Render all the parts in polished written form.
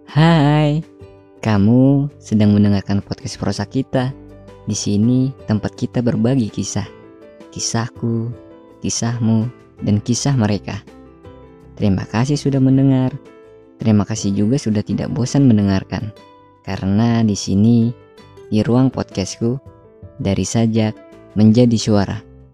Hai, kamu sedang mendengarkan podcast prosa kita. Di sini tempat kita berbagi kisah, kisahku, kisahmu, dan kisah mereka. Terima kasih sudah mendengar. Terima kasih juga sudah tidak bosan mendengarkan. Karena di sini, di ruang podcastku, dari sajak menjadi suara.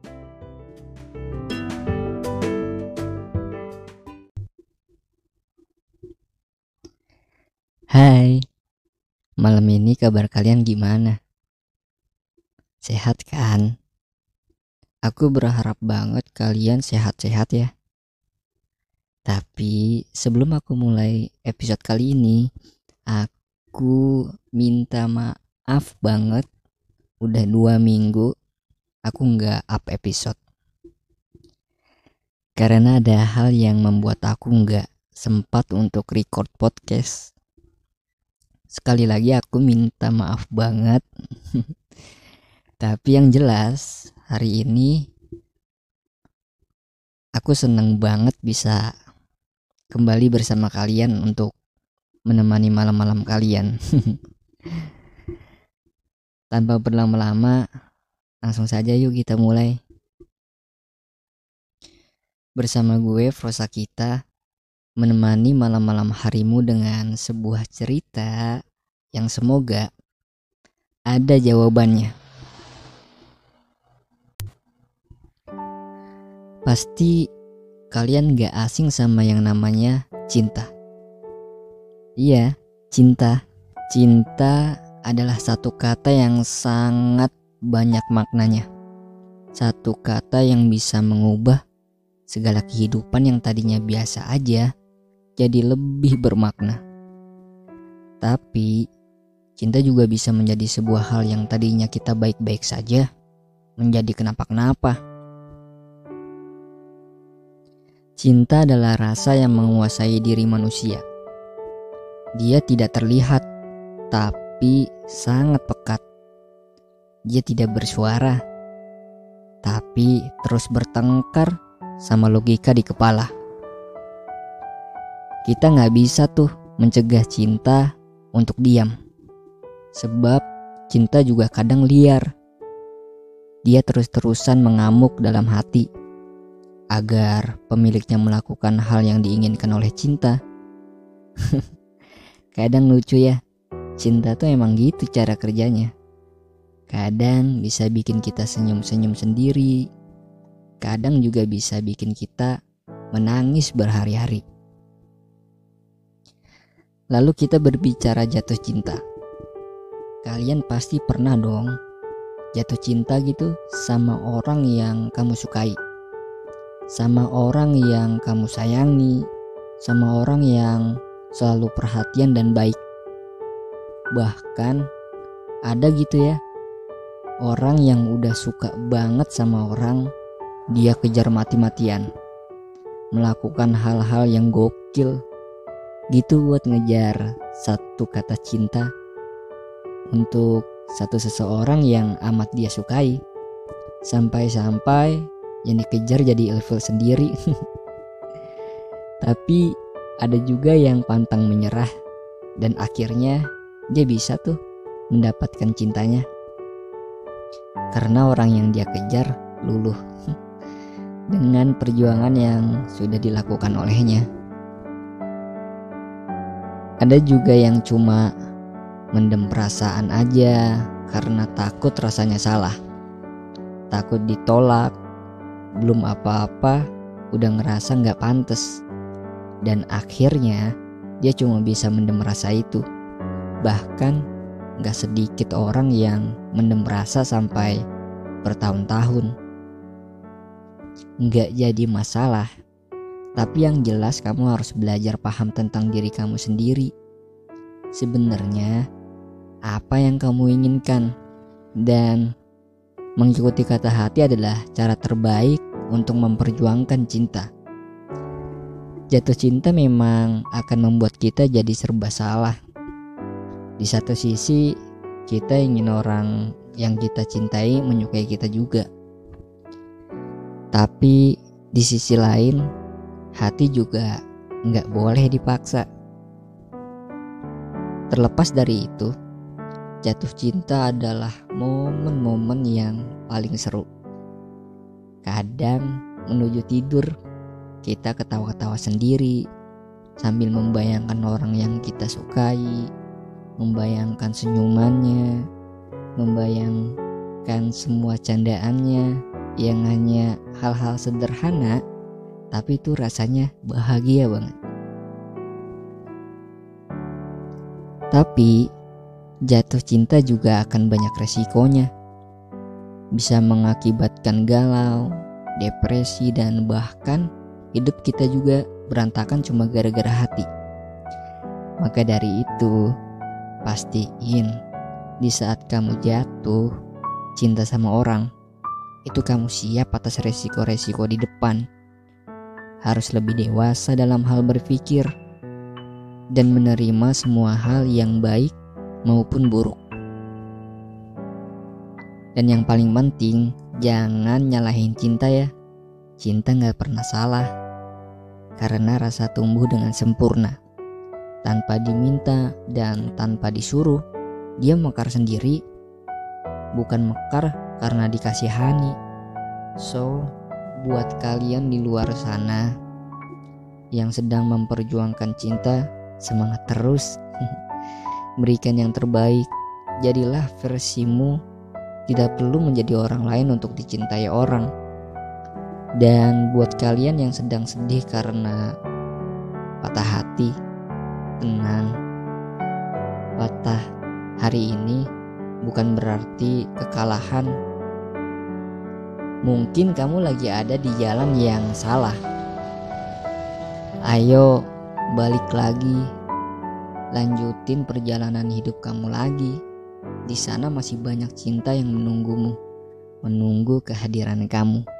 Hai, malam ini kabar kalian gimana? Sehat kan? Aku berharap banget kalian sehat-sehat ya. Tapi sebelum aku mulai episode kali ini, aku minta maaf banget. Udah 2 minggu aku nggak up episode. Karena ada hal yang membuat aku nggak sempat untuk record podcast. Sekali lagi aku minta maaf banget. Tapi yang jelas hari ini aku seneng banget bisa kembali bersama kalian untuk menemani malam-malam kalian. Tanpa berlama-lama, langsung saja yuk kita mulai. Bersama gue Frosa kita menemani malam-malam harimu dengan sebuah cerita yang semoga ada jawabannya. Pasti kalian gak asing sama yang namanya cinta. Iya, cinta. Cinta adalah satu kata yang sangat banyak maknanya. Satu kata yang bisa mengubah segala kehidupan yang tadinya biasa aja jadi lebih bermakna. Tapi cinta juga bisa menjadi sebuah hal yang tadinya kita baik-baik saja menjadi kenapa-kenapa. Cinta adalah rasa yang menguasai diri manusia. Dia tidak terlihat, tapi sangat pekat. Dia tidak bersuara, tapi terus bertengkar sama logika di kepala. Kita gak bisa tuh mencegah cinta untuk diam. Sebab cinta juga kadang liar. Dia terus-terusan mengamuk dalam hati agar pemiliknya melakukan hal yang diinginkan oleh cinta. Kadang lucu ya, cinta tuh emang gitu cara kerjanya. Kadang bisa bikin kita senyum-senyum sendiri. Kadang juga bisa bikin kita menangis berhari-hari. Lalu kita berbicara jatuh cinta. Kalian pasti pernah dong jatuh cinta gitu sama orang yang kamu sukai, sama orang yang kamu sayangi, sama orang yang selalu perhatian dan baik. Bahkan ada gitu ya, orang yang udah suka banget sama orang, dia kejar mati-matian, melakukan hal-hal yang gokil gitu buat ngejar satu kata cinta untuk satu seseorang yang amat dia sukai. Sampai-sampai yang dikejar jadi ilfil sendiri. Tapi ada juga yang pantang menyerah dan akhirnya dia bisa tuh mendapatkan cintanya. Karena orang yang dia kejar luluh dengan perjuangan yang sudah dilakukan olehnya. Ada juga yang cuma mendem perasaan aja karena takut rasanya salah. Takut ditolak, belum apa-apa udah ngerasa gak pantas. Dan akhirnya dia cuma bisa mendem rasa itu. Bahkan gak sedikit orang yang mendem rasa sampai bertahun-tahun. Gak jadi masalah. Tapi yang jelas kamu harus belajar paham tentang diri kamu sendiri. Sebenarnya apa yang kamu inginkan. Dan mengikuti kata hati adalah cara terbaik untuk memperjuangkan cinta. Jatuh cinta memang akan membuat kita jadi serba salah. Di satu sisi kita ingin orang yang kita cintai menyukai kita juga. Tapi di sisi lain hati juga gak boleh dipaksa. Terlepas dari itu, jatuh cinta adalah momen-momen yang paling seru. Kadang menuju tidur, kita ketawa-ketawa sendiri sambil membayangkan orang yang kita sukai, membayangkan senyumannya, membayangkan semua candaannya yang hanya hal-hal sederhana, tapi itu rasanya bahagia banget. Tapi jatuh cinta juga akan banyak resikonya. Bisa mengakibatkan galau, depresi, dan bahkan hidup kita juga berantakan cuma gara-gara hati. Maka dari itu, pastiin di saat kamu jatuh cinta sama orang, itu kamu siap atas resiko-resiko di depan. Harus lebih dewasa dalam hal berpikir dan menerima semua hal yang baik maupun buruk. Dan yang paling penting, jangan nyalahin cinta ya. Cinta gak pernah salah, karena rasa tumbuh dengan sempurna. Tanpa diminta dan tanpa disuruh, dia mekar sendiri, bukan mekar karena dikasihani. So, buat kalian di luar sana yang sedang memperjuangkan cinta, semangat terus. Berikan yang terbaik. Jadilah versimu, tidak perlu menjadi orang lain untuk dicintai orang. Dan buat kalian yang sedang sedih karena patah hati, tenang. Patah hari ini bukan berarti kekalahan. Mungkin kamu lagi ada di jalan yang salah. Ayo balik lagi, lanjutin perjalanan hidup kamu lagi. Di sana masih banyak cinta yang menunggumu, menunggu kehadiran kamu.